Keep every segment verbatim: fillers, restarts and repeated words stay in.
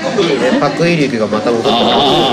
パク・イリキがまた戻ってます。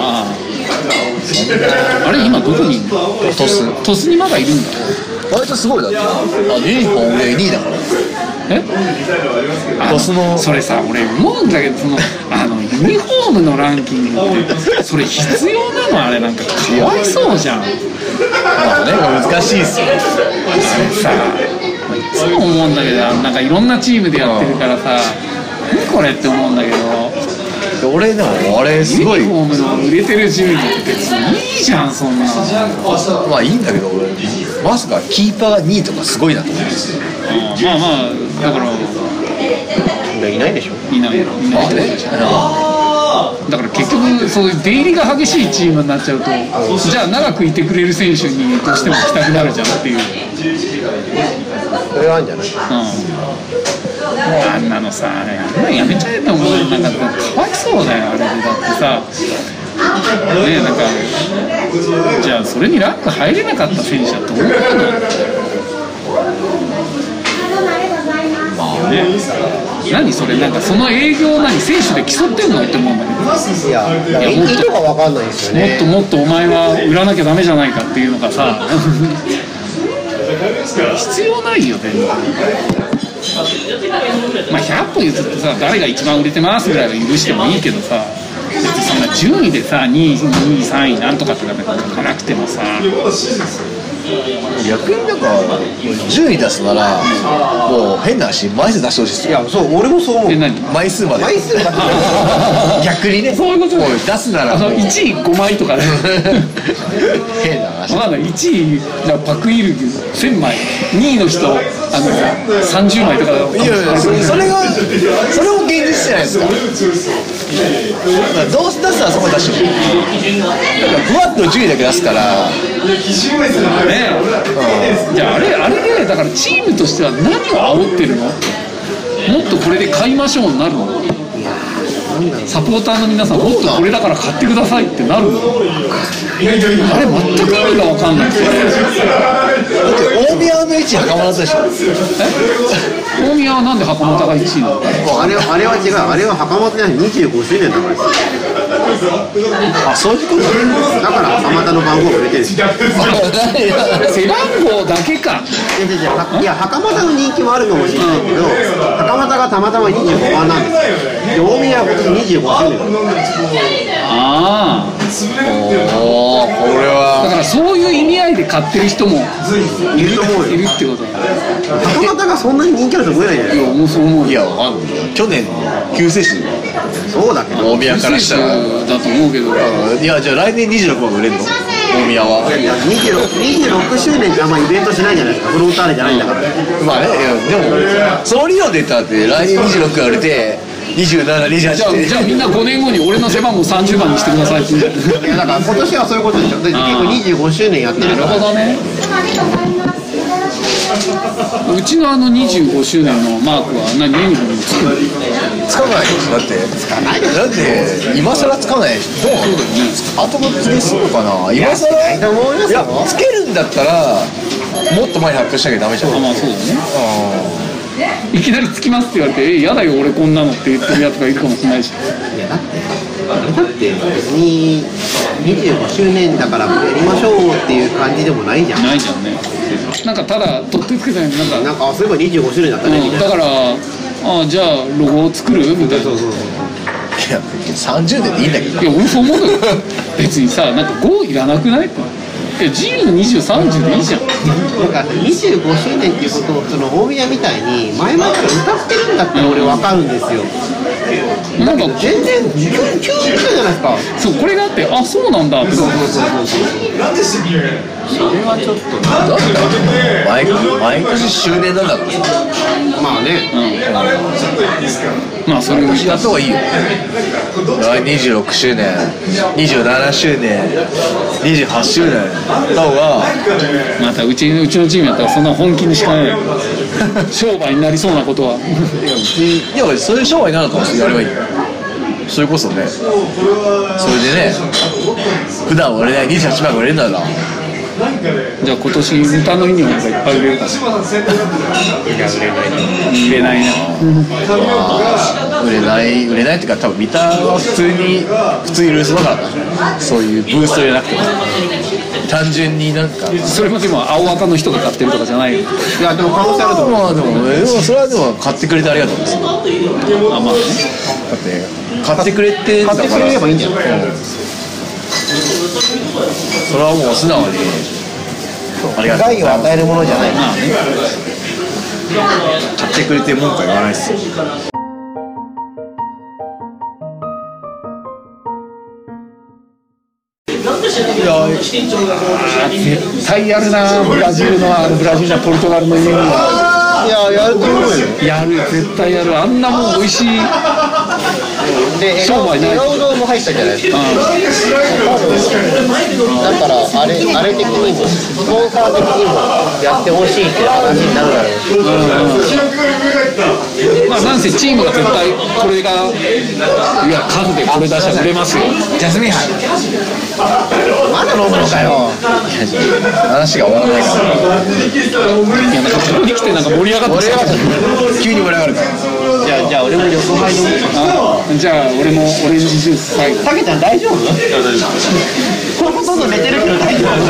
あれ今どこにいるの？ トストスにまだいるんだ。 割とすごいだって。あユニフォームでにいだから。 え？トスのそれさ俺思うんだけどそのあのユニフォームのランキングってそれ必要なの？あれなんかかわいそうじゃん。まあね難しいっすよ。 さいつも思うんだけどなんかいろんなチームでやってるからさ何これって思うんだけど。 俺でもあれすごいユニフォームの売れてる順位って別にいいじゃんそんなの。 まあいいんだけど俺まさかキーパーがにいとかすごいなと思って。 まあまあだからいないでしょ。 いないいないってことでしょ。だから結局そういう出入りが激しいチームになっちゃうとじゃあ長くいてくれる選手にどうしても来たくなるじゃんっていう。 それはあるんじゃない？ うん、あんなのさあれやめちゃえと思う。なんかかわいそうだよあれで。だってさねえなんかじゃあそれにランク入れなかった選手はどうなるの？ね、何それなんかその営業何選手で競ってんのって思うんだけど。 いやいやもっとが分かんないですよね。 もっともっとお前は売らなきゃダメじゃないかっていうのがさ必要ないよ全然。まあひゃっぽ譲ってさ誰が一番売れてますぐらいは許してもいいけどさ別にそんな順位でさにい、にい、さんいなんとかって書かなくてもさ逆になんか順位出すならもう変な話枚数出してほしいですよ。 いやそう俺もそう思う。 枚数まで枚数まで逆にねそういうこと出すならあのいちいごまいとかね変な話。 分かんないいちいじゃあパクイルギせんまいにいの人あのさんじゅうまいとか。いやいやそれそれがそれも現実じゃないですか。どうせ出すならそこ出してもふわっと順位だけ出すからね、うん、じゃああれあれでだからチームとしては何を煽ってるの？もっとこれで買いましょうになるの？サポーターの皆さんもっとこれだから買ってくださいってなるの？あれ全く意味が分かんないですよね。 だって大宮の位置袴田でしょ。 え？大宮はなんで袴田がいちいなの？ あれあれは違う。あれは袴田じゃないにじゅうごしゅうねんだからです。 あそういうことだから袴田の番号を売れてるんですよ。 背番号だけか。 いやいやいや袴田の人気もあるかもしれないけど袴田がたまたまにじゅうごばんなんですよ。で大宮は今年にじゅうごしゅうねん。 ああおーこれはだからそういう意味合いで買ってる人もいると思うよ。 いるってことだ。 袴田がそんなに人気あると思えないじゃないですか。 もうそう思う。 いやわかんない去年救世主そうだけど大宮からしたらだと思うけど。 いやじゃあ来年にじゅうろくまん売れるの大宮は。 いやにじゅうろくしゅうねんってあんまイベントしないじゃないですか。フロンターレじゃないんだから。 まあねいやでもその理論で言ったらって来年にじゅうろくが売れてにじゅうなな、にじゅうはちじゃあじゃあみんなごねんごに俺の背番号さんじゅうばんにしてくださいって言う。 いやだから今年はそういうことでしょ。で結構にじゅうごしゅうねんやってるなるから。 ほどね。うちのあのにじゅうごしゅうねんのマークは何ユニフォームにつくの？ つかないでしょ。だってつかないだって今更つかないでしょ。どう後のつけするのかな今更。 いやいやつけるんだったらもっと前に発表しなきゃダメじゃん。 あまあそうだね。いきなりつきますって言われて「えやだよ俺こんなの」って言ってるやつがいるかもしれないし。 いやだってあれだって別ににじゅうごしゅうねんだからやりましょうっていう感じでもないじゃん。 ないじゃんね。なんかただ取ってつけたようになんかなんかそういえばにじゅうごしゅうねんだったねみたいな。 だからあじゃあロゴを作るみたいな。 そうそうそう。 いやさんじゅうねんでいいんだけど。 いや俺そう思うのよ。別にさなんかごいらなくないって。いや自由にじゅう、さんじゅうでいいじゃん。 なんかにじゅうごしゅうねんっていうことをその大宮みたいに前々から歌ってるんだったら俺わかるんですよ。 なんか全然急に急に来たじゃないですか。 そうこれがあってあそうなんだって。 そうそうそうそう。それはちょっとな。 だって毎毎年周年なんだから。 まあね。 うん。まあそれをやった方がいいよ。にじゅうろくしゅうねん、にじゅうななしゅうねん、にじゅうはちしゅうねんの方がまたうちうちのチームやったらそんな本気にしかない商売になりそうなことは。 いやそういう商売になるかもしれない。やればいいよ。それこそねそれでね普段売れないにじゅうはちまんが売れるならじゃあ今年歌のユニフォームがいっぱい売れるかも。売れないな。 売れない売れないっていうか多分見たは普通に普通にルースだからな。そういうブーストじゃなくて単純になんかそれもでも青赤の人が買ってるとかじゃない。いやでも可能性あると思う。 まあでもでもそれはでも買ってくれてありがとうです。 あまあね。 だって買ってくれて買ってくれればいいんじゃない。 それはもう素直にありがとう。 害を与えるものじゃない。 まあね。 買ってくれて文句は言わないっすよ。いや絶対やるなブラジルのあのブラジルじゃポルトガルのユニフォーム。 いややると思うよ。 やる絶対やる。あんなもん美味しい。 で笑顔笑顔堂も入ったじゃないですか。だからあれあれ的にもスポンサー的にもやってほしいって話になるだろうし。 まあなんせチームが絶対これがいや数でこれ出したら売れますよ。 ジャスミン杯まだ飲むのかよ。 話が終わらないから。 いやなんかここに来てなんか盛り上がってきた。 急に盛り上がるから。 じゃあじゃあ俺も横杯飲む。 じゃあ俺もオレンジジュース最後。 たけちゃん大丈夫？これほとんど寝てるけど大丈夫？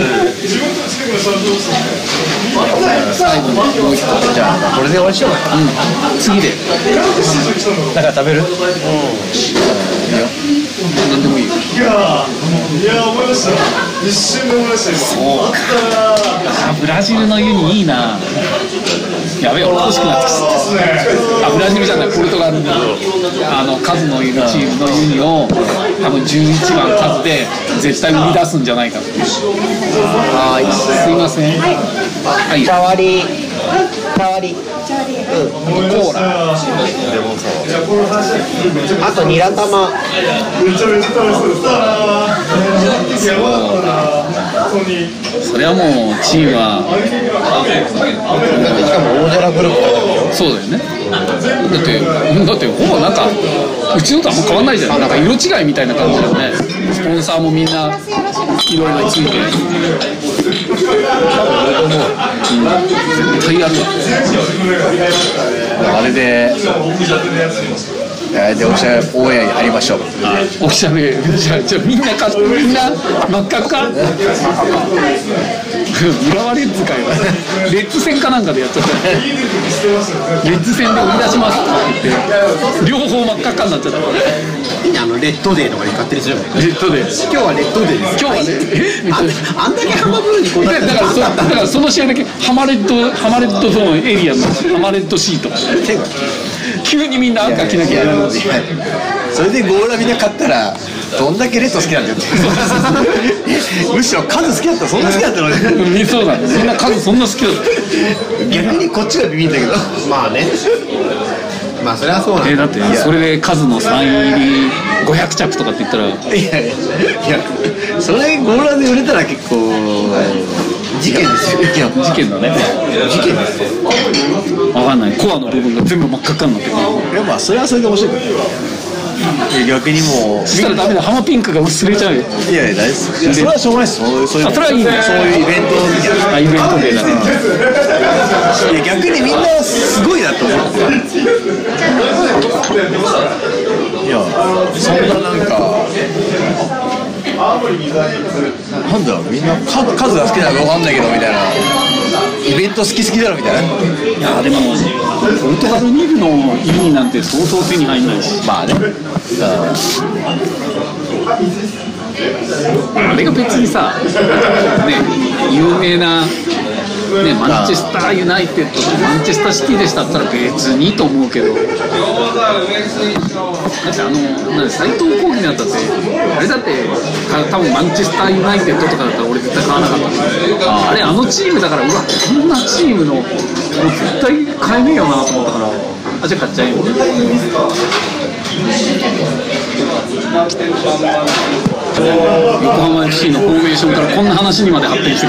最後にもう一個。 じゃあこれで終わりしようか。 うん。次で。 なんか食べる？うん。いいよ。 何でもいいよ。 いや思いました。一瞬で思いました今。 あブラジルのユニいいな。やべえ俺欲しくなってきた。あブラジルじゃないポルトガルのあの数のいるチームのユニを多分じゅういちばん数で絶対生み出すんじゃないかと。はいすいません。はい。 茶割り茶割り。うん、 コーラ。 あとニラ玉。 めちゃめちゃ楽しそうです。いやまだまだ本当に。 それはもうチームはしかも大寺グループ。 そうだよね。だってだってほぼなんかうちのとあんま変わんないじゃん。なんか色違いみたいな感じだよね。スポンサーもみんないろいろついて。絶対やるわ。 あれであれでおしゃれ応援やりましょう。 おしゃれじゃあじゃあみんなかみんな真っ赤っか。浦和レッズかよ。レッズ戦かなんかでやっちゃった。レッズ戦で売り出しますって言って両方真っ赤っかになっちゃった。 いいねあのレッドデーとかで勝手にすればいい。 レッドで今日はレッドデーです。 今日はねえみたいな。 あんだけハマブルにこうなってだからそだからその試合だけハマレッドハマレッドゾーンエリアのハマレッドシート急にみんな赤着なきゃいけないのに。 それでゴーラみんな勝ったらどんだけレッド好きなんだよってむしろ数好きだったらそんな好きだったのね。 うん、そうだね。みんな数そんな好きだった。 逆にこっちがビビんだけど。 まあね。まあそれはそうなんだ。 えー、だってそれで数のサイン入りごひゃく着とかって言ったらいやいやいやそれゴーラで売れたら結構事件ですよ。 事件だね。 事件ですよ。 分かんない。コアの部分が全部真っ赤っかになってる。 いやまあそれはそれで面白いけど逆にもうそしたらダメだ。ハマピンクが薄れちゃうよ。 いやいや大丈夫。いやそれはしょうがないです。そういうそういうあそれはいいね。 そういうイベントみたいな。 あイベントでだね。 いや逆にみんなすごいなと思って。いやそんななんかなんだろうみんな数数が好きなのか分かんないけどみたいなイベント好き好きだろみたいな。 いやでもポルトガルにいるのユニなんてそうそう手に入んないし。 まあね。 あれが別にさね有名なね、マンチェスターユナイテッドとマンチェスターシティでしたったら別にいいと思うけど、だってあの斎藤浩輝になったってあれだって多分マンチェスターユナイテッドとかだったら俺絶対買わなかったけど、あれあのチームだからうわこんなチームのもう絶対買えねえよなと思ったから、あじゃあ買っちゃえよ。横浜 エフシー のフォーメーションからこんな話にまで発展してる。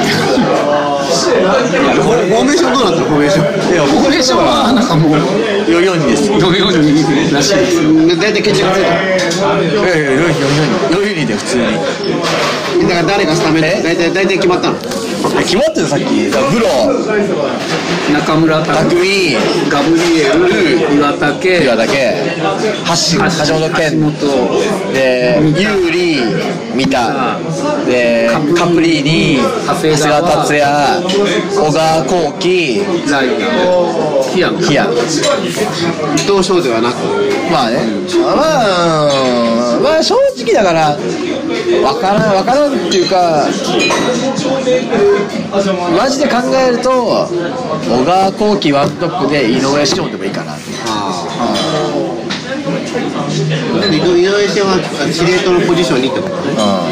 これフォーメーションどうなったの？フォーメーション。 いやフォーメーションはなんかもうよんよんにです。 よんよんにらしいですよ。 大体決着ついた。 いやいやよんよんにで普通に。 だから誰がスタメン？大体大体決まったの？ 決まってるさっきブロ中村拓匠ガブリエル岩竹岩竹橋橋本健でユーリ三田でカプリーニ長谷川達也小川幸輝ライナーキアンキアン伊藤翔ではなく、 まあね、まあ、まあ正直だから分からん分からんっていうかマジで考えると小川幸輝ワントップで井上志音でもいいかなって。 井上翔は司令塔のポジションにってことね。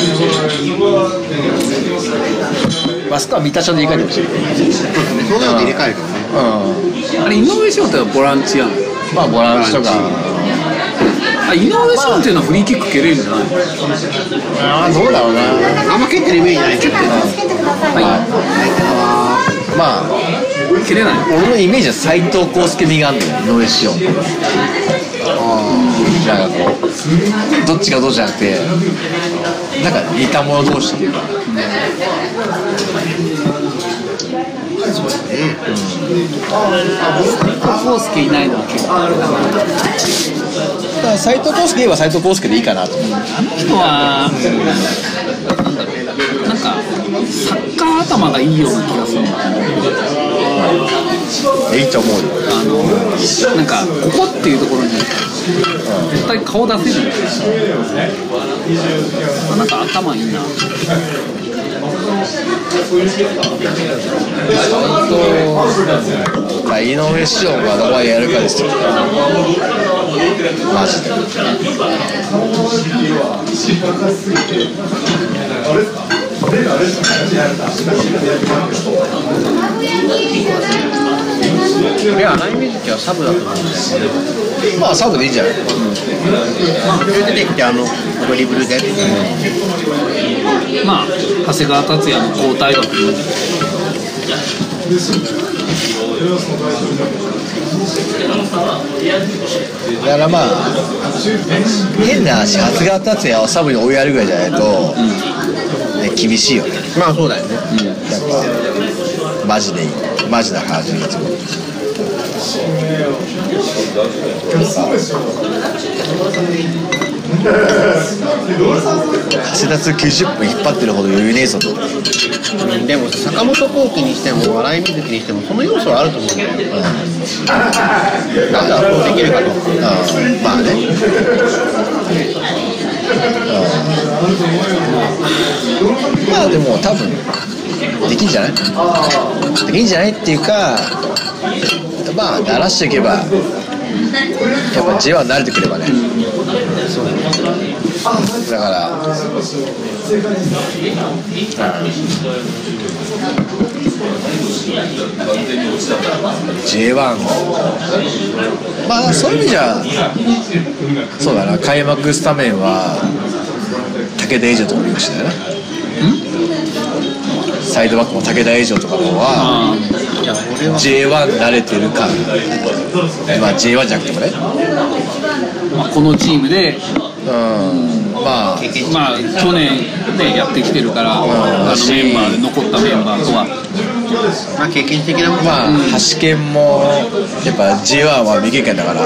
あそこは三田署で入れ替えてほしい。 そうなると入れ替えるからね。 あれ井上翔ってボランチやん。 まあボランチとかあ井上翔っていうのはフリーキック蹴れるんじゃない？ ああどうだろうな。 あんま蹴ってるイメージないけど。 まあ蹴れない。 俺のイメージは斉藤康介味があるんだよ井上志音。なんかこうどっちがどうじゃなくてなんか似た者同士っていうか、 そうですね。 コウスケいないのは結構あれだから斉藤康介言えば斉藤康介でいいかなと思う。 あの人はなんだろうなんかサッカー頭がいいような気がするんだいいと思うよ。 あのなんかここっていうところに絶対顔出せるんですよ。なんか頭いいな。 まあ、井上志音がどこまでやるかですよマジで。 いや、荒井瑞稀はサブだと思うんだよね。 まあサブでいいんじゃない？うん、 出てきてあのドリブルで、 まあ長谷川達也の交代枠にだからまあ変な話長谷川達也をサブに追いやるぐらいじゃないと、うんね、厳しいよね。 まあそうだよね。 うん、やっぱマジでいいマジな感じでいつも。汗だつきゅうじゅっぷん引っ張ってるほど余裕ねえぞと。 うん、でも坂本幸輝にしても荒井瑞稀にしてもその要素はあると思うんだよ。うん、なんでアップできるかと。うん、 まあね。うん、まあでも多分できんじゃない？できんじゃないっていうか。まあ慣らしていけばやっぱ ジェイワン 慣れてくればね、うん、そうだから、うん、ジェイワン まあそういう意味じゃそうだな開幕スタメンは武田以上とか利用してたよな。サイドバックも武田以上とかの方は ジェイワン 慣れてるか、まあ ジェイワン じゃなくてもね、 まあ、このチームで、 うんまあ、 まあ去年ねやってきてるから、うん、あのメンバーで残ったメンバーとは、 まあ経験的なものまあ、うん、橋健もやっぱ ジェイワン は未経験だから、うん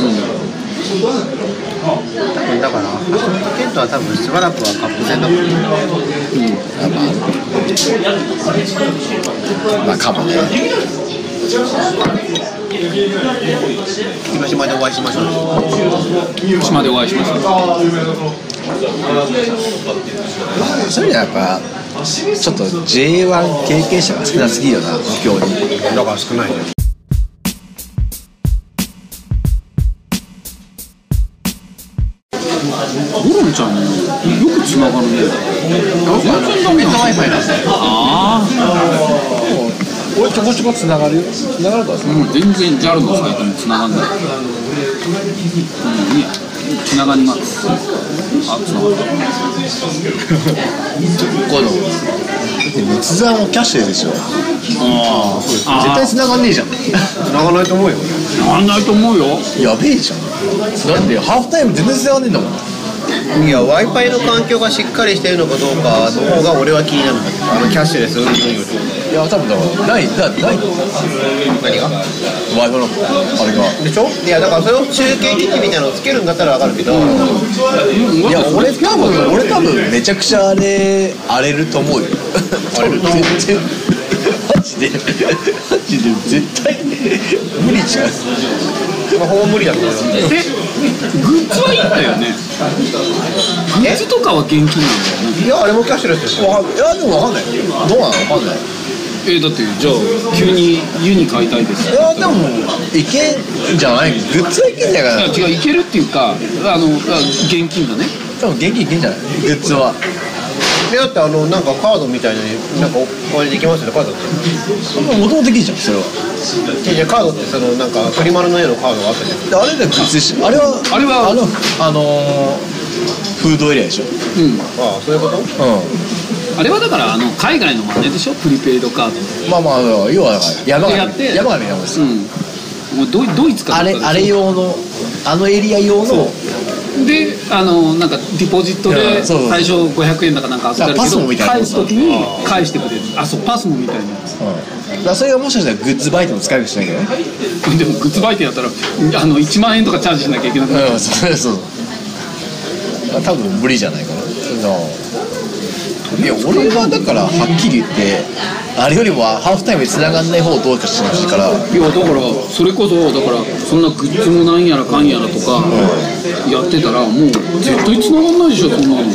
だから橋本健人は多分しばらくはカップ戦だと思う。うん、 まあかもね。 広島でお会いしましょう。 広島でお会いしましょう。 そういう意味ではやっぱちょっと ジェイワン 経験者が少なすぎるよな東京に。 だから少ないね。 ゴロンちゃんよく繋がるね。全然ダメな Wi-Fi なんだよ。 ああ。 俺ちょこちょこ繋がるよ。繋がるからさ。 うん、全然 ジャル のサイトに繋がんない。うん、いいや。繋がります。あ、繋がった。 この仏壇をキャッシュレスでしょ。 ああ。 絶対繋がんねえじゃん。 繋がんないと思うよ。 繋がんないと思うよ。 やべえじゃん。だってハーフタイム全然繋がんねえんだもん。 いや Wi-Fi の環境がしっかりしてるのかどうかの方が俺は気になるんだけど、あのキャッシュレスうんうんより。 いや多分だからないだない何が Wi-Fi のあれがでしょ。いやだからそれを中継機器みたいなのをつけるんだったら分かるけど、 いや俺多分俺多分めちゃくちゃあれ荒れると思うよ。荒れる全然マジでマジで絶対無理じゃん。 まあ、ほぼ無理だと思います。 え、グッズはいいんだよね。グッズとかは現金なんだよね。 いやあれもキャッシュレスですよ。 いやでも分かんないどうなの分かんない。 えだってじゃあ急にユニ買いたいですいやでもいけんじゃない。グッズはいけんだから。 いや違ういけるっていうかあの現金だね。 多分現金いけんじゃないグッズは。 でだってあのなんかカードみたいなのなんかおあれできますよねカードって。 もともとできるじゃんそれは。 いやカードってそのなんかフリマルの絵のカードがあったじゃん。 あれでグッズしあれはあれはあのあのー、フードエリアでしょ。 うんああそういうこと。 うあれはだからあの海外の真似でしょプリペイドカード。 んまあまあ要はだから山がやって山がね山ですよ。 うんもうドイドイツかあれあれ用のあのエリア用のであのなんかディポジットいでやそうそう最初ごひゃくえんだかなんか預かるパスモみけどたいな返すときに返してくれる。あそうパスモみたいなやつ。 うん、だからそれがもしかしたらグッズバイトも使えるかもしれないけどね。 でもグッズ売店やったらあのいちまんえんとかチャージしなきゃいけなくなる。 うんそうそう多分無理じゃないかな。いや俺はだからはっきり言ってあれよりもハーフタイムに繋がんない方をどうかしてほしいから。 いやだからそれこそだからそんなグッズもなんやらかんやらとかやってたらもう絶対繋がんないでしょそんなの。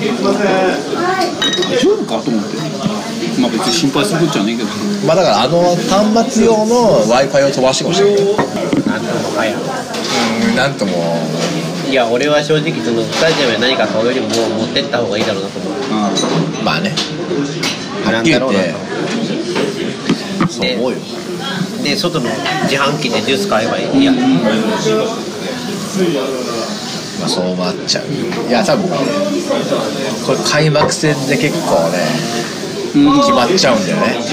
大丈夫かと思って。まあ別に心配することじゃねえけど。 まあだからあの端末用の Wi-Fi を飛ばしてかもしれない。 なんともかや。 うんなんとも。 いや俺は正直そのスタジアムで何か買うよりも持ってった方がいいだろうなと思う。 まあねはっきり言ってそう思うよ。 で外の自販機でジュース買えばいい。いやまあそうなっちゃう。いや多分ねこれ開幕戦で結構ね決まっちゃうんだよね。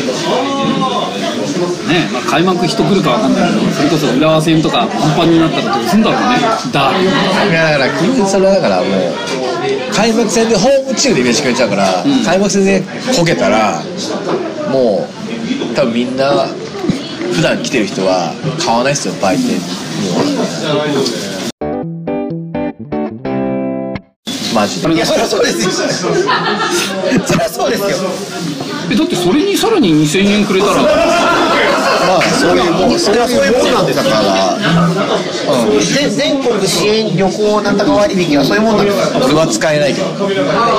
ねまあ、開幕人来るかわかんないけどそれこそ浦和戦とかパンパンになったらどうすんだろうね。だいやだから結局それはだからもう開幕戦でホームチームでイメージくれちゃうから、うん、開幕戦でこけたらもう多分みんな普段来てる人は買わないっすよ売店マジで。 いやそりゃそうですよそりゃそうですよ。 えだってそれにさらににせんえんくれたらまあそういうもうそれはそういうもんなんだから、うん、 全全国支援旅行なんとか割引はそういうもんなんですか。 俺は使えないけど俺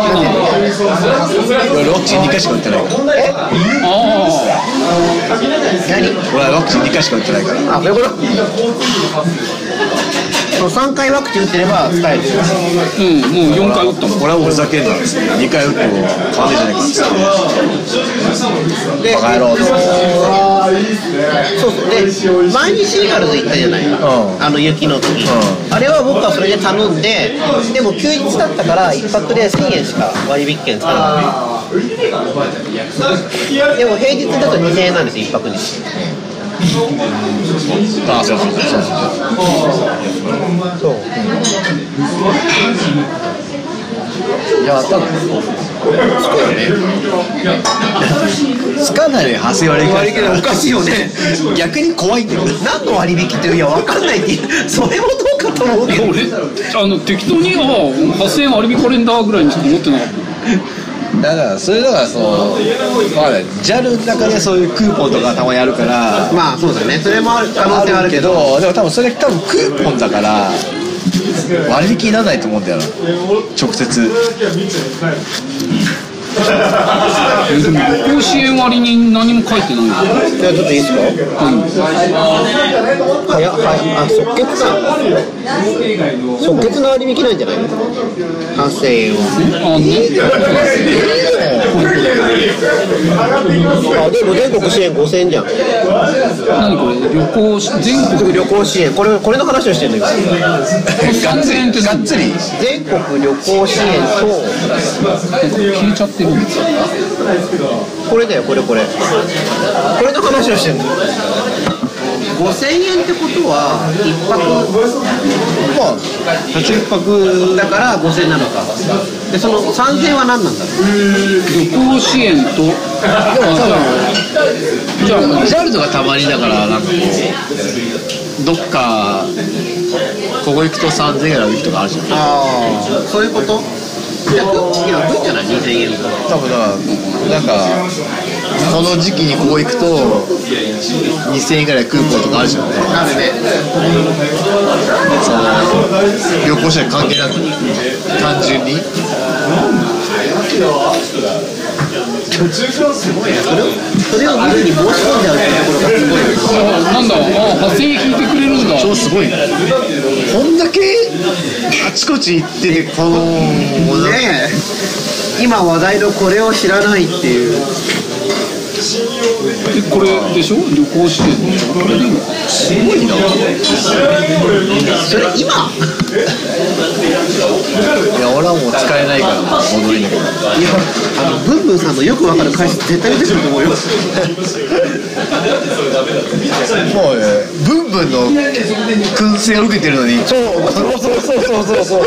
ワクチンにかいしか打ってないから。 えああ何俺はワクチンにかいしか打ってないから。 あそういうことそうさんかいワクチン打ってれば使える。 うんもうよんかい打ったもん。 俺はもうふざけんなですねにかい打っても変わんねえじゃないかっつってでバカ野郎ってそうそうで前にシーガルズ行ったじゃない、うん、あの雪の時、うん、あれは僕はそれで頼んででも休日だったからいっぱくでせんえんしか割引券使わなかった。でも平日だとにせんえんなんですよいっぱくに。 ああそうそうそうそうそういや多分つかないで派生割引割引おかしいよね逆に怖いんだよ。 何の割引っていや分かんないってそれもどうかと思うけど俺あの適当にあはっせんえん割引かれんだぐらいにしか思ってなかった。 だからそれだからそのまあ ジャル の中でそういうクーポンとかたまにあるからまあそうだねそれもある可能性はあるけどでも多分それ多分クーポンだから割引にならないと思うんだよな直接。 えでも旅行支援割に何も書いてないんだよ。 じゃあちょっといいですか。はやはやあ即決だ。即決の割引なんじゃないの。はっせんえんは。 あねあでも全国支援ごせんえんじゃん。 何これ旅行全国旅行支援これこれの話をしてるんだよ。 さんぜんえんってがっつり全国旅行支援と消えちゃってるんですよ。 これだよこれこれこれの話をしてるんだよ。 ごせんえんってことはいっぱく、 まあ立ち一泊だからごせんえんなのか。でそのさんぜんえんは何なんだろう。 旅行支援と、でもじゃあジャルとかたまにだからなんかこうどっかここ行くとさんぜんえんぐらい行くとかあるじゃん。 ああ、そういうこと。いや、いや、いいんじゃないにせんえん。 多分だからなんかこの時期にここ行くとにせんえんぐらいクーポンとかあるじゃんね。 あるね。 その旅行者関係なく単純にすごいね。それをそれを見るに申し込んじゃうっていうところがすごいよ。 あなんだ、あはっせんえん引いてくれるんだ。 超すごいね。こんだけあちこち行っててこのねえ、今話題のこれを知らないっていう。 えこれでしょ、旅行支援でしょ。これでいいのか。 すごいな。 それ今いや俺はもう使えないから戻りんだけど。 いや、あのブンブンさんのよくわかる解説絶対出てくると思うよ。 もうねブンブンの燻製を受けてるのに。そうそうそうそうそうそう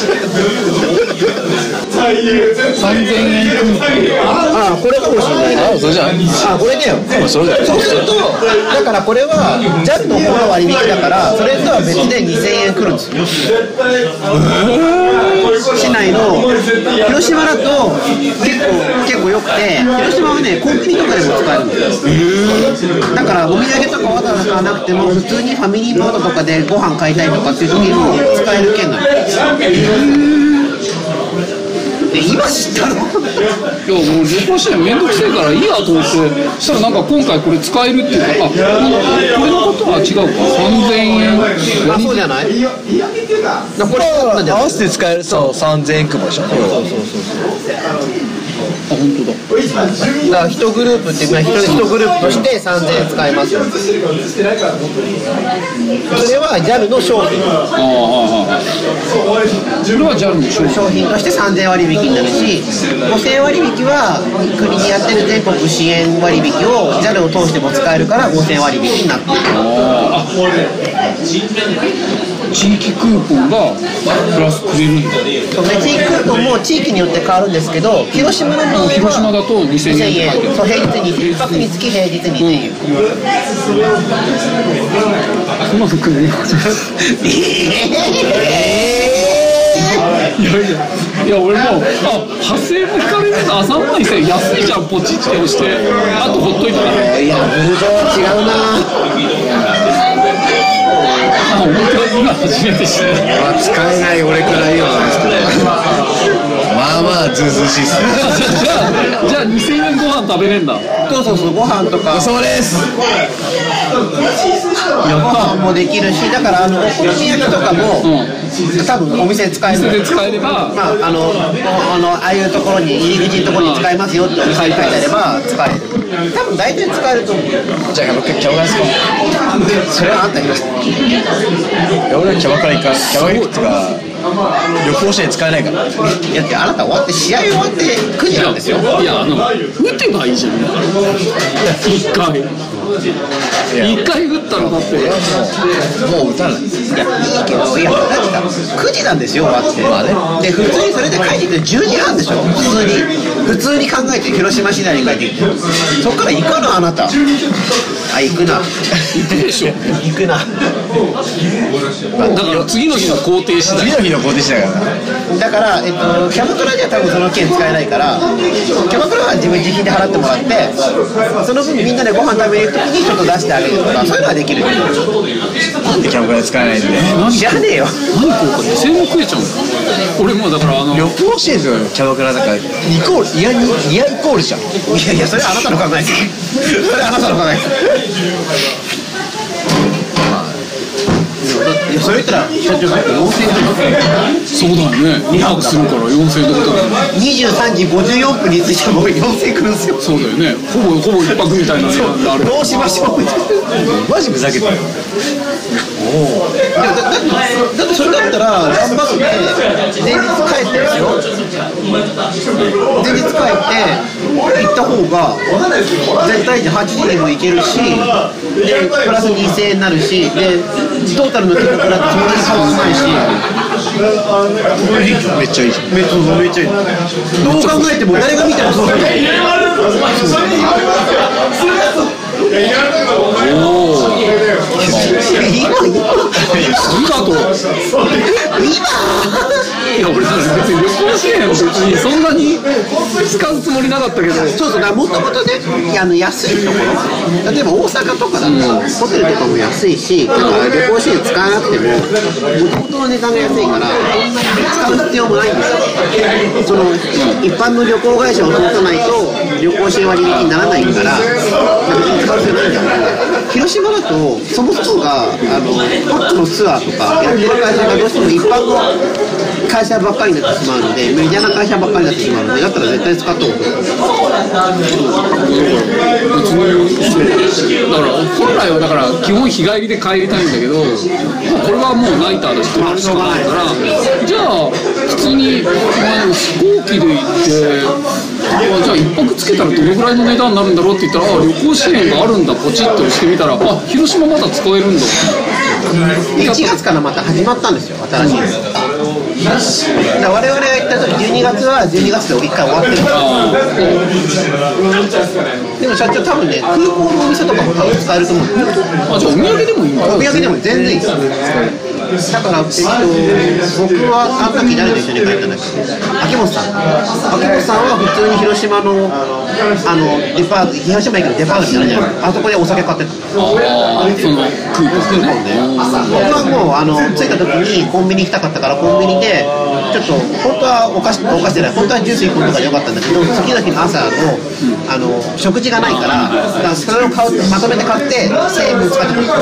さんぜんえんクーポン。 ああ、これかもしれないね。 あそれじゃん。 あ、これだよ。 それだよ。 そうすると、だからこれはジャルの方の割引だから、それとは別でにせんえんくるんですよ。市内の広島だと結構結構良くて、広島はねコンビニとかでも使えるんですよ。だからお土産とかわざわざ買わなくても普通にファミリーマートとかでご飯買いたいとかっていう時にも使える券なんですよ。で今知ったの？ いやもう旅行支援めんどくせえからいいやと思って、そしたらなんか今回これ使えるっていうか、あ、これのことは違うか、さんぜんえん。 あ、そうじゃない？だこれなんで合わせて使えるとさんぜんえんクーポンでしょ。 そうそうそうそう。 あ、本当だ。 だからいちグループっていうかいちグループとしてさんぜんえん使えます。それは ジャル の商品。 ああ、ああ、それは ジャル の商品。 商品としてさんぜんえん割引になるし、ごせんえん割引は国にやってる全国支援割引を ジャル を通しても使えるからごせんえん割引になってる。 ああ、地域クーポンがプラスくれるんだ。 そうね、地域クーポンも地域によって変わるんですけど、広島の場合は広島だとにせんえんって書いてある。 そう、平日にいっぱくにつき平日にっていう。 そんなのくれることです。いやいや、いや俺もあはっせんえんも引かれるんだ、さんまんせんえん安いじゃん、ポチって押してあとほっといたら、 いや、ブルゾー違うな。 あ、本当に今初めて知った。 使えない俺から言うのですけどまあまあずうずうしいっすね。 じゃあじゃあにせんえんご飯食べれんだ。 そうそうそう、ご飯とかそうです。 ご飯もできるし、だからあのお好み焼きとかも、うん、多分お店で使える。 お店で使えれば、 まああのあのああいうところに入り口のところに使えますよってお店に書いてあれば使える。多分大体使えると思う。 じゃあキャバクラですか。 それはあんたに。 いや俺はキャバクラ行かキャバクラ行くとか旅行支援使えないから。 いやってあなた終わって試合終わってくじなんですよ。 いや、あの打てばいいじゃん。一回一回打ったらだってもうもう打たない。 いやいいけど、いやだってさくじなんですよ終わって。まあね。で普通にそれで帰ってくるじゅうじはんでしょ。普通に普通に考えて広島市内に帰ってきて、そっから行くのあなた。あ、行くな。 行くでしょ。 行くな。 だから次の日の工程次第。 次の日の工程次第だから。 だから、えっと、キャバクラでは多分その券使えないから、キャバクラは自分自費で払ってもらって、その分みんなでご飯食べに行くときにちょっと出してあげるとか、そういうのはできる。 なんでキャバクラで使えないんで。 知らねえよ。 何こうかにせんえんも食えちゃうんだ。俺もだからあの旅行支援とキャバクラだからイコールいやにいやイコールじゃん。 いやいや、それはあなたの考えです。それはあなたの考えです。いや、それ言ったら社長さんよんせんえんとか。 そうだよね。にはくするからよんせんえんとかだよね。 にじゅうさんじごじゅうよんぷんについて僕よんせんえんくるんですよ。 そうだよね。ほぼほぼ一泊みたいなのがある。 どうしましょうみたいな。 マジふざけてる。 おお。だだだってそれだったら頑張って前日帰ってですよ。 前日帰って行った方が絶対値はちじにも行けるし、でプラスにせんえんになるし、でトータルの金額だってそんなに変わらないし、 めっちゃいいじゃん。 めっちゃめっちゃいい。どう考えても誰が見てもそうだよ。 おお。 今今と。 今。 いや俺別に旅行支援を別にそんなに使うつもりなかったけど。 そうそうだ、もともとね、あの安いところ、例えば大阪とかだと、うん、ホテルとかも安いし、なんか旅行支援使わなくても、もともとの値段が安いから、そんなに使う必要もないんですよ。その一般の旅行会社を通さないと旅行支援割引にならないから、別に使う必要ないんだけど、広島だとそもそもがあのパックのツアーとかやってる会社がどうしても一般の会社ばっかりになってしまうので、メディアな会社ばっかりになってしまうので、だったら絶対使った方がいい。 だから本来はだから基本日帰りで帰りたいんだけど、これはもうナイターでしてもらうしかないから、じゃあ普通に、まあ、飛行機で行ってじゃあ一泊つけたらどのぐらいの値段になるんだろうって言ったら、あ旅行支援があるんだ、ポチッとしてみたら、あ広島まだ使えるんだ。 いちがつからまた始まったんですよ、新しいの。だ我々が行った時じゅうにがつはじゅうにがつでいっかい終わってるから。でも社長多分ね、空港のお店とかも多分使えると思うんですよ。 あ、じゃあお土産でもいいんだ。 お土産でも全然いいですよ。だから、えっと、僕はあの時誰と一緒に帰ったんだっけ、秋元さん秋元さんは普通に広島のあのデパート、広島駅のデパートじゃないじゃない、あそこでお酒買ってた。 ああ、その空港でね。 僕はもうあの着いた時にコンビニ行きたかったから、コンビニでちょっと本当はお菓子お菓子じゃない、本当はジュースいっぽんとかでよかったんだけど、次の日の朝のあの食事がないから、だからそれを買うまとめて買ってせんえんぶん使ってた。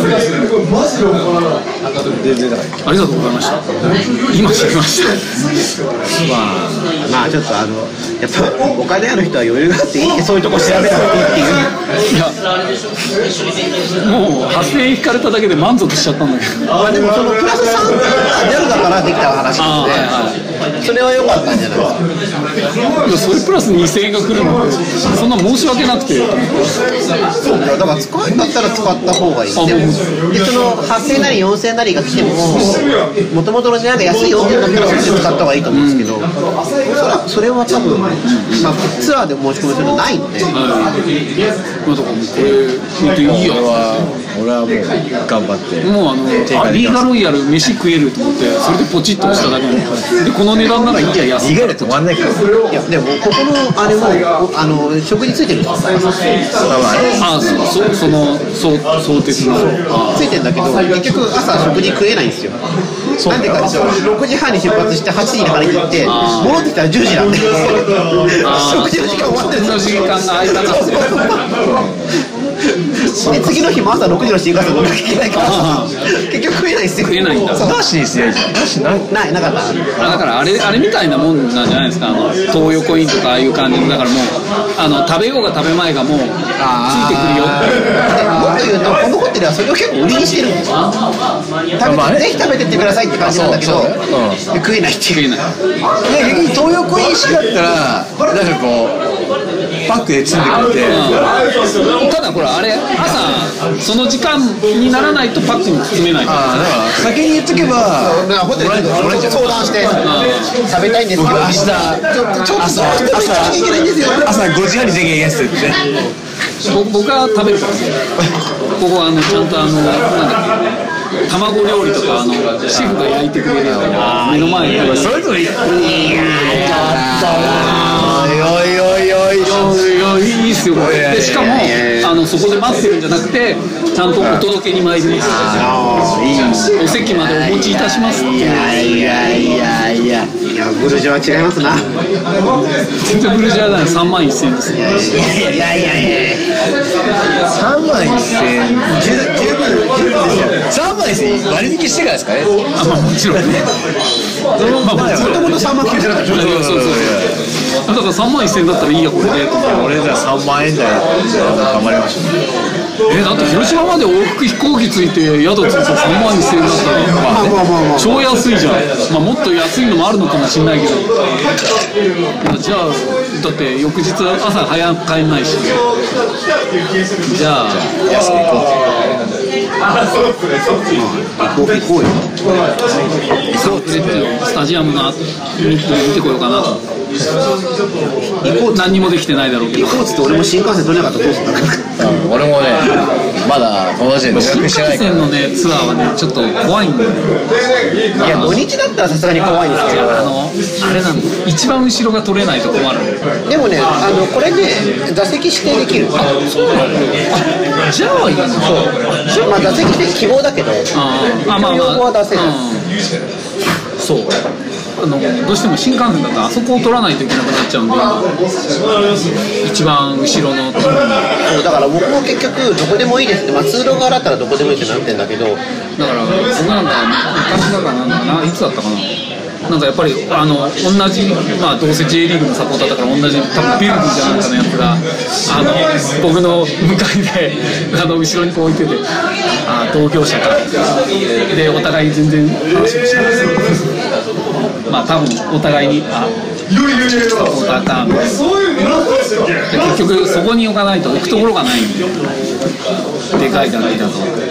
ありがとうございました。今知りました。 まあ、まあちょっとあのやっぱお金ある人は余裕があっていいって、そういうとこ調べなくていいっていう。 いや、もうはっせんえん引かれただけで満足しちゃったんだけど。 まあでもそのプラスさんが出るだからできた話なので、はいはい、それは良かったんじゃないですか。 いやそれプラスにせんえんが来るので、そんな申し訳なくて。 そうだ、だから使うんだったら使った方がいい。でもでそのはっせんえんなりよんせんえんなりが来ても、もともとの値段が安いよっていうのを使った方がいいと思うんですけど、うん、おそらくそれは多分、まあ、ツアーで申し込みするのないので、はい、 まあ、だからもうこれ本当にいいや。 俺はもう頑張ってもうあのあリーガロイヤル飯食えると思って、それでポチッと押しただけで、この値段ならいいや、安い。 リーガロ止まんないから。 いやでもここのあれもあの食事ついてるんですよ。 ああ、そそそのそう相鉄のついてるんだけど、結局朝食事食えないんですよ。なんでかっていうとろくじはんに出発してはちじに張り切って戻ってきたらじゅうじなんで食事の時間終わってるんですよ。 時間が空いたな。 で次の日も朝ろくじの新幹線乗らなきゃいけないから結局食えないですよ。 食えないんだ。 なしにすりゃいいじゃん。なしなないなかった。 だからあれあれみたいなもんなんじゃないですか。あの東横インとかああいう感じの、だからもうあの食べようが食べまいがもうついてくるよ。 もっと言うとこのホテルはそれを結構売りにしてるんですよ。食べてぜひ食べてってくださいって感じなんだけど、うん、食えないっていう。 食えない。 逆に東横イン式だったらなんかこうパックで積んでくれて、 うん、ただこれあれ朝その時間にならないとパックに包めない。 ああ、だから先に言っとけばホテルで相談して食べたいんですけど、 明日ちょっとちょっと朝朝ごじはんに出ていけないですって。 僕は食べるからここはあのちゃんとあのなんだっけ、卵料理とかあのシェフが焼いてくれるから目の前でそれぞれいやおいおいおいおいいいっすよこれ。でしかもあのそこで待ってるんじゃなくてちゃんとお届けに参ります。お席までお持ちいたしますって。いやいやいやいやいやブルジョは違いますな。 全然ブルジョはださんまんせんえんですよ。 いやいやいやさんまんせんえん十分十分ですよ。さんまんせんえん割引してからですかね。 あ、まあもちろんね。 もともとさんまんきゅうせんえんだったでしょ。 そうそうそう。だからさんまんせんえんだったらいいやこれでと思って。 俺じゃさんまんえん台頑張りました。 えだって広島まで往復飛行機ついて宿ついてさんまんせんえんだったら、まあね、超安いじゃん。まあもっと安いのもあるのかもしれないけど、じゃあだって翌日朝早く帰んないし、じゃあ安く行こう。 行こう行こうよ。 そうスタジアムの見てこようかなと。 行こう何にもできてないだろうけど。 行こうっつって俺も新幹線取れなかったらどうするんだ。 俺もねまだこの時点で新幹線のねツアーはねちょっと怖いんだよ。 いや土日だったらさすがに怖いんですけど、 あのあれなんだ、一番後ろが取れないと困る。 でもねあのこれね座席指定できる。あそうなの。あじゃあいいな。 そう。まあ座席指定希望だけど、 あまあ要望は出せる。 そう。あのどうしても新幹線だとあそこを取らないといけなくなっちゃうんで、一番後ろのそうだから僕も結局どこでもいいですって、まあ、通路側だったらどこでもいいってなってんだけど、だから僕なんか昔だからなんだかないつだったかな、なんかやっぱりあの同じ、まあ、どうせ J リーグのサポーターだから同じ多分ビルディじゃなんかのやつがあの僕の向かいであの後ろにこう置いてて、あ同業者かでお互い全然話もしないですまあ多分お互いにあサポーターかみたいな、結局そこに置かないと置くところがないんで、でかい楽器だと。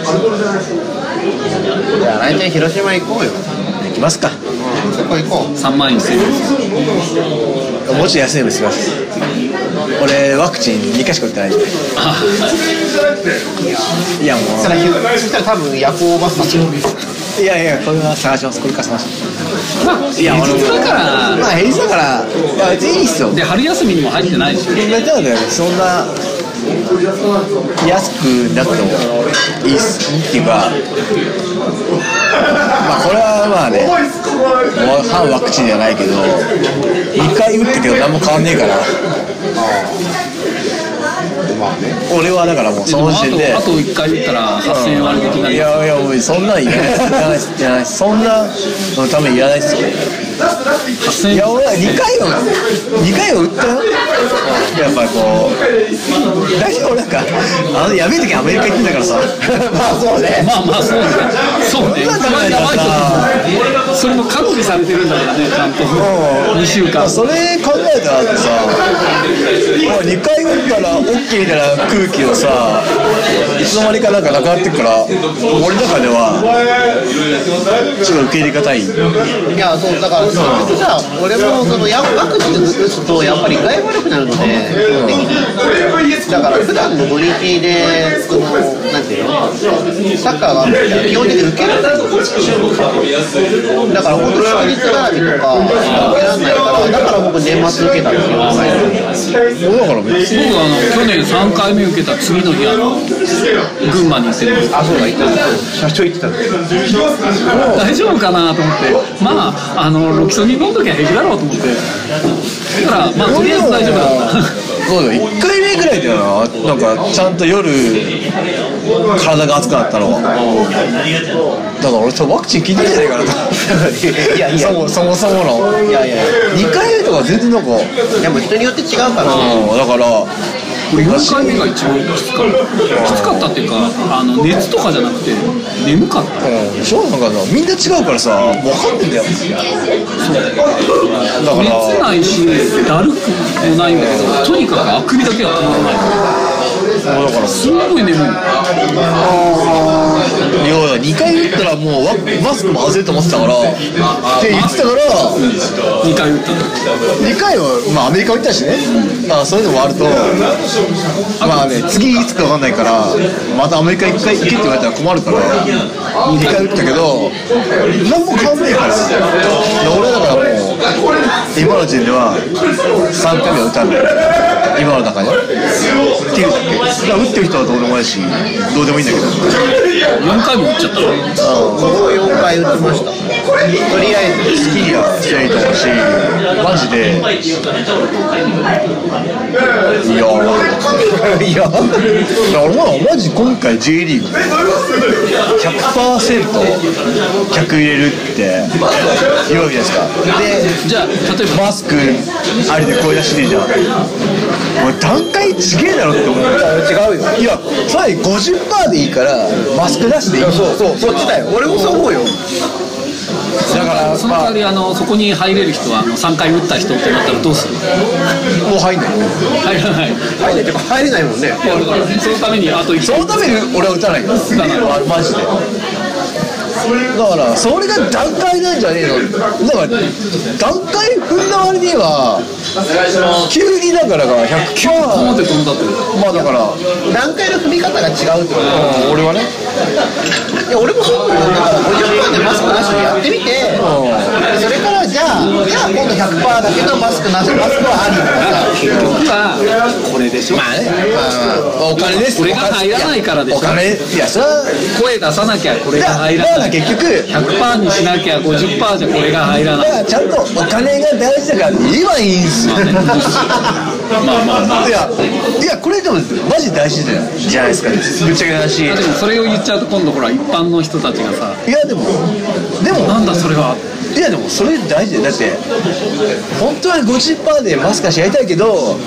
じゃあ来年広島行こうよ。 行きますか。 そこ行こう。 さんまんせんえん。 もうちょい安いのにします。俺ワクチンにかいしか打ってないんで。いやもうそしたら多分夜行バスだと思う。 いやいやこれは探します。これから探します。 まあ平日だからまあ平日だからいや別にいいっすよ。 で春休みにも入ってないし、 だからそんな安くなくてもいいっすっていうか、まあこれはまあね反ワクチンじゃないけどにかい打ったけど何も変わんねえから、まあね、俺はだからもうその時点であといっかい打ったらはっせんえん割引になる。 いやいやもうそんなんいらないですいらないですそんなのためにいらないですよ。いや俺はにかいをにかいを打ったよ。やっぱりこう大丈夫。なんかあのやめるときアメリカ行ってんだからさまあそうねまあまあそうねそうねそれも隔離されてるんだからねちゃんとにしゅうかん。 それ考えたらってさにかい打ったら OK みたいな空気をさいつの間にかなんかなくなってくから俺の中ではちょっと受け入れがたい。 いやそうだから結局さ俺もそのやワクチン打つとやっぱり具合悪くなるので、だから普段の土日でそのなんていうのサッカーがあるから基本的に受けられないんですよ。だから本当に祝日絡みとか受けられないからだから僕年末受けたんですよ。 だから別に僕あの去年さんかいめ受けた次の日あの群馬に行ってるんです。 あそうだ行った社長行ってたんです大丈夫かなと思って、まああのロキソニン飲む時は平気だろうと思って、だからまあとりあえず大丈夫だった。 そうだよいっかいめぐらいだよな、なんかちゃんと夜体が熱くなったのは。だから俺多分ワクチン効いてるんじゃないかなといやいやそもそもそものいやいやにかいめとか全然なんかいやもう人によって違うからね。 だからこれよんかいめが一番きつかったきつかったっていうかあの熱とかじゃなくて眠かった。 そうなんかなみんな違うからさ分かんねえんだよ。だから熱ないしだるくもないんだけどとにかくあくびだけは止まらない。 だからすんごい眠い。 いやにかい打ったらもうマスクも外れると思ってたからって言ってたからにかい打ったの。 にかいはまあアメリカ行ったしね、まあそういうのもあるとまあね次いつか分かんないからまたアメリカいっかい行けって言われたら困るからにかい打ったけど何も変わんないから俺だからもう今の時点ではさんかいめは打たない今の中でっていうだけだから打ってる人はどうでもないしどうでもいいんだけどよんかいも打っちゃったの。 僕よんかい打ちました。とりあえずスキーやしないと思うしマジでいやいや俺はマジ今回 J リーグ ひゃくパーセント 客入れるって言うわけじゃないですか。でじゃあ例えばマスクありで声出してるじゃん。もう段階ちげえだろって思う。違うよ。いや、さらに ごじゅっパーセント でいいからマスク出していい。 そうそう、そっちだよ。俺もそう思うよ。 だからその代わりあのそこに入れる人はあのさんかい打った人ってなったらどうする？ もう入んない。 入らない。 入れないってか入れないもんね。 だからそのためにあといっそのために俺は打たないよ。マジで。だからそれが段階なんじゃねえの。だから段階踏んだ割には急にだからが ひゃくパーセント飛んだって。 まあだから段階の踏み方が違うってこと。 俺はね。 いや俺もそう思うよ。だからごじゅっパーセント でマスクなしでやってみて、それからじゃあじゃあ今度 ひゃくパーセント だけどマスクなし、マスクはありとか。 結局はこれでしょ。 まあね、まあ、お金です。 これが入らないからでしょ。 お金、いやそれは声出さなきゃこれが入らない。 結局ひゃくパーセント にしなきゃ ごじゅっパーセント じゃこれが入らない。 だからちゃんとお金が大事だから言えばいいんですよ。 まあまあまあ。 いやいやこれでもマジ大事だよじゃないですか。ぶっちゃけな話。 でもそれを言っちゃうと今度ほら一般の人たちがさ、 いやでもでもなんだそれは。 いやでもそれ大事だよ。だって本当は ごじゅっパーセント でマスクなしやりたいけど、こ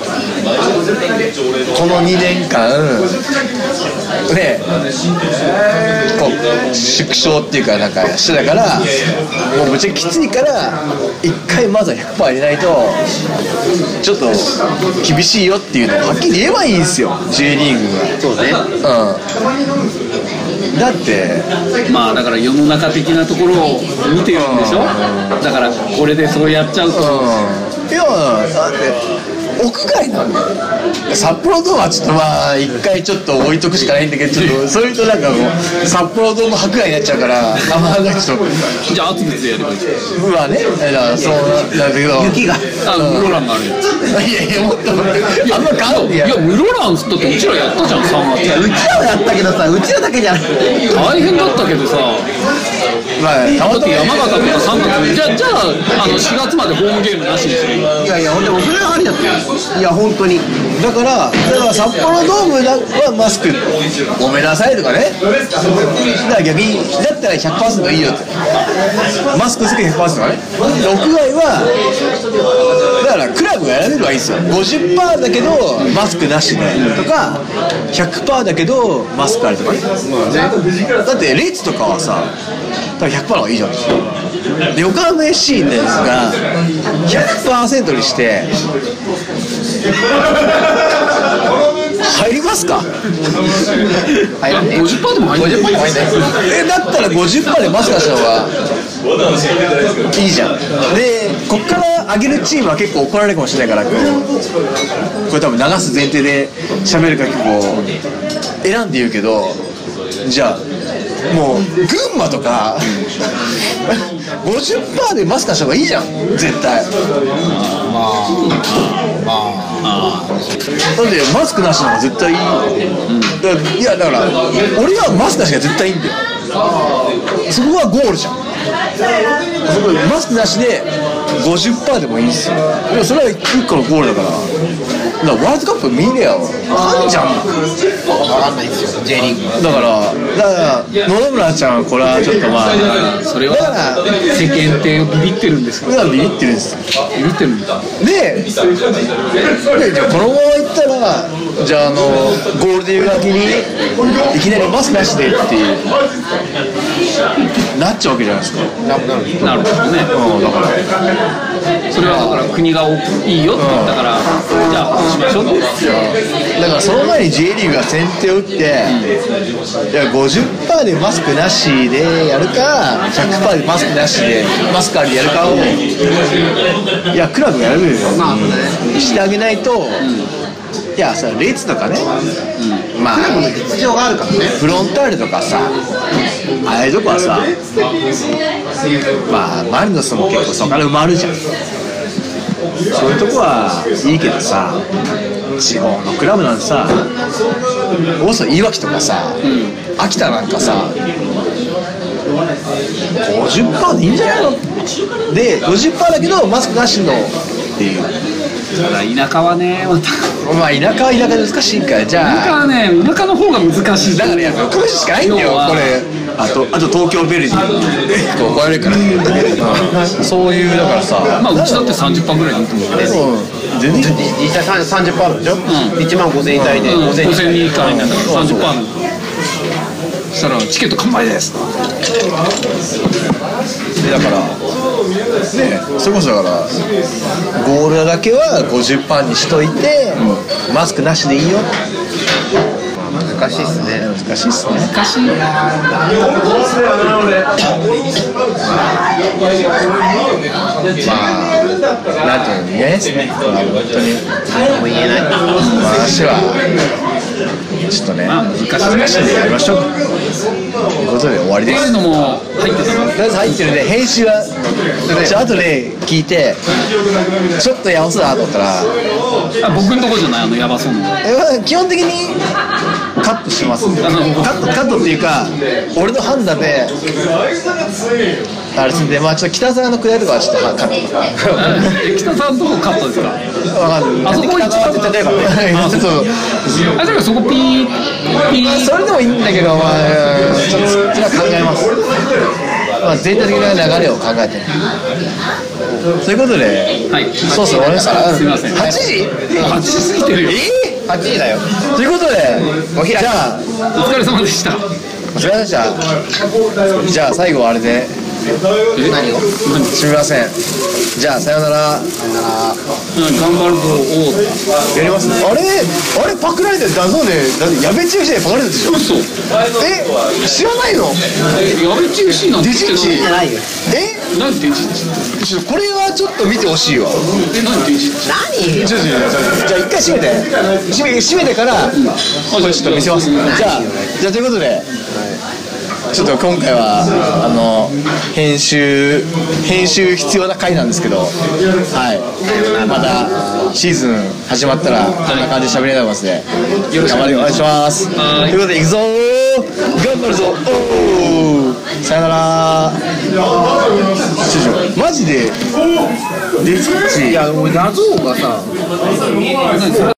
のにねんかんねこう縮小っていうかなんかしてたから、もうぶっちゃけきついから一回まずは ひゃくパーセント 入れないとちょっと厳しいよっていうのをはっきり言えばいいんですよ J リーグが。 そうね。 うん。だってまあだから世の中的なところを見てるんでしょ。だからこれでそうやっちゃうと、 うん、いやだって屋外なんだよ。札幌ドームはちょっとまあ一回ちょっと置いとくしかないんだけど、ちょっとそれとなんかもう札幌ドーム泊外になっちゃうからあんまなんかちょっとじゃあ厚別でやればいいじゃん。 まあね、だからそうなんだけど雪があの室蘭があるよ。 いやいやもっとあんまガンでやる。 いや室蘭だってうちらやったじゃんさんがつ。 いやうちらはやったけどさ、うちらだけじゃなくて大変だったけどさ。 まあだって山形とかさんがつじゃあじゃああのしがつまでホームゲームなしにする。 いやいや、でもそれはありだったよ。いや本当にだからだから札幌ドームはマスクごめんなさいとかね。だから逆にだったら ひゃくパーセント いいよってマスクつけ ひゃくパーセント はね。屋外はだからクラブが選べればいいですよ。 ごじゅっパーセント だけどマスクなしでとか ひゃくパーセント だけどマスクありとかね。だってレッツとかはさ多分 ひゃくパーセント はいいじゃん。で横浜 エフシー のやつが ひゃくパーセント にして入りますか？ 入らねえ。 ごじゅっパーセント でも入んない。 ごじゅっパーセント でも入んない。 えだったら ごじゅっパーセント でマスクした方がいいじゃん。でこっから上げるチームは結構怒られるかもしれないから、これ多分流す前提で喋るから結構選んで言うけど、じゃあもう群馬とかごじゅっパーセント でマスクした方がいいじゃん絶対。 まあまあなんでマスクなしの方が絶対いいよ。だからいやだから俺はマスクなしが絶対いいんだよ。そこがゴールじゃん。そこマスクなしで ごじゅっパーセント でもいいんですよ。でもそれは一個のゴールだから。だからワールドカップ見れよ。あんじゃん。 分かんないですよ J リーグ。 だからだから野々村ちゃんこれはちょっとまあそれは世間体をビビってるんですか。 普段ビビってるんですよ。 ビビってるんだ。 で、でじゃあこのままいったらじゃああのゴールデンウィーク明けにいきなりマスクなしでっていうなっちゃうわけじゃないですか。 なるほどね。 うん、だからそれはだから国がいいよって言ったから、じゃあこうしましょうって。 だからその前に J リーグが先手を打って、いや ごじゅっパーセント でマスクなしでやるか ひゃくパーセント でマスクなしでマスクありでやるかをいやクラブがやるよ、 まあねしてあげないと、いやさレッツとかね、うん、まあクラブの実情があるからね。 フロンターレとかさああいうとこはさ、まあマリノスも結構そこから埋まるじゃん。そういうとこはいいけどさ、地方のクラブなんてさ、大阪いわきとかさ、うん、秋田なんかさ ごじゅっパーセント でいいんじゃないので ごじゅっパーセント だけどマスクなしのっていう。 田舎はねまたまあ田舎は田舎で難しいから、じゃあ田舎はね田舎の方が難しい。 だからやっぱこれしかないんだよこれ。 あとあと東京ベルジン怒られるからそういうだからさまあうちだってさんじゅっパーセントぐらいでいいと思うけど全然実際さんじゅっパーセントでしょ、うん、いちまんごせん円台でごせんに以下になったらさんじゅっパーセントそしたらチケット完売ですだからねそれこそだからゴールだけは ごじゅっパーセント にしといて、うん、マスクなしでいいよ難しいっすね難しいっすね難しいなまあなんていうの言えないですね本当に何も言えない私はちょっとね難しい難しいんでやりましょうということで終わりですっていうのも入ってたのとりあえず入ってるんで編集はじゃあ後で聞いてちょっとやばそうだと思ったらあ僕のとこじゃないあのヤバそうなえ基本的にカットしますカットカットっていうか俺の判断であれですんでまあちょっと北沢のくだりとかはちょっとカット北さんとこカットですかわかんないあそこ一番例えばねちょっとあじゃあそこピーピーそれでもいいんだけどまあちょっとそっちは考えますまあ全体的な流れを考えてということで、 はい、 そうそう終わりましたすみませんはちじはちじ過ぎてるよえはちじだよということでおじゃあお疲れ様でしたお疲れ様でしたじゃあ最後はあれで何をすみませんじゃあさよならさよなら頑張るぞおやりますあれあれパクられて画像でだってやべ中止でパクられたでしょ嘘え知らないのやべ中止なんてデジッチじゃないよえ何デジッチちょっとこれはちょっと見てほしいわえ何デジッチ何ちょっとじゃあ一回閉めて閉め閉めてからこれちょっと見せますじゃあじゃあということでちょっと今回はあの編集編集必要な回なんですけどはいまたシーズン始まったらこんな感じで喋りたいと思いますねよろしくお願いしますということでいくぞー頑張るぞおーさよならちょちょマジでデジッチいや俺画像がさ